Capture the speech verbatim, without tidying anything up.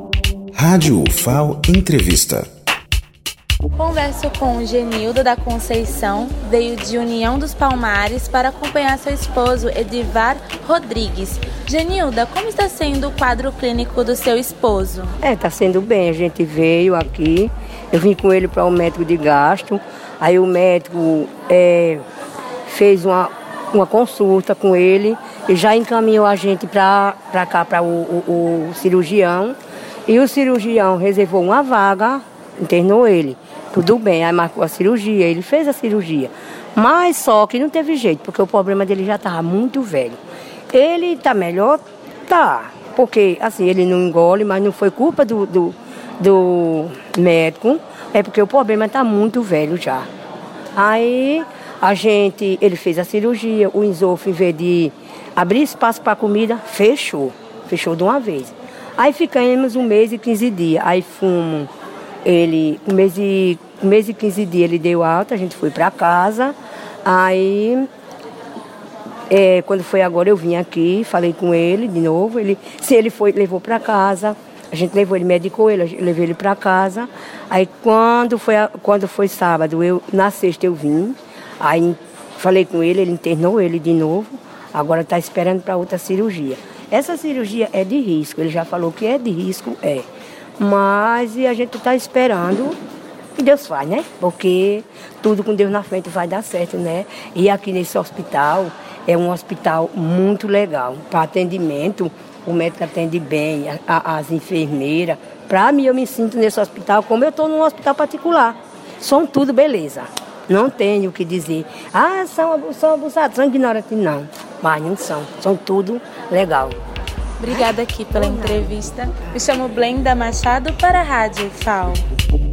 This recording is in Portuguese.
Rádio U F A O Entrevista. Converso com Genilda da Conceição, veio de União dos Palmares para acompanhar seu esposo Edivar Rodrigues. Genilda, como está sendo o quadro clínico do seu esposo? É, está sendo bem, a gente veio aqui, eu vim com ele para o médico de gastro, aí o médico é, fez uma, uma consulta com ele e já encaminhou a gente para cá, para o, o, o cirurgião, e o cirurgião reservou uma vaga, internou ele. Tudo bem, aí marcou a cirurgia, ele fez a cirurgia. Mas só que não teve jeito, porque o problema dele já estava muito velho. Ele está melhor? Tá. Porque, assim, ele não engole, mas não foi culpa do, do, do médico, é porque o problema está muito velho já. Aí, a gente, ele fez a cirurgia, o Insof, em vez de abrir espaço para a comida, fechou. Fechou de uma vez. Aí ficamos um mês e quinze dias. Aí fomos... Ele, um mês, e, um mês e quinze dias ele deu alta, a gente foi para casa. Aí, é, quando foi agora, eu vim aqui, falei com ele de novo. Ele, se ele foi, levou para casa, a gente levou, ele medicou ele, eu levei ele para casa. Aí, quando foi, quando foi sábado, eu, na sexta eu vim. Aí, falei com ele, ele internou ele de novo. Agora está esperando para outra cirurgia. Essa cirurgia é de risco, ele já falou que é de risco, é. Mas e a gente está esperando que Deus faz, né? Porque tudo com Deus na frente vai dar certo, né? E aqui nesse hospital é um hospital muito legal. Para atendimento, o médico atende bem, a, a, as enfermeiras. Para mim, eu me sinto nesse hospital como eu estou num hospital particular. São tudo beleza. Não tenho o que dizer. Ah, são, são abusados, são ignorantes. Não, mas não são. São tudo legal. Obrigada aqui pela entrevista. Me chamo Blenda Machado para a Rádio U F A O.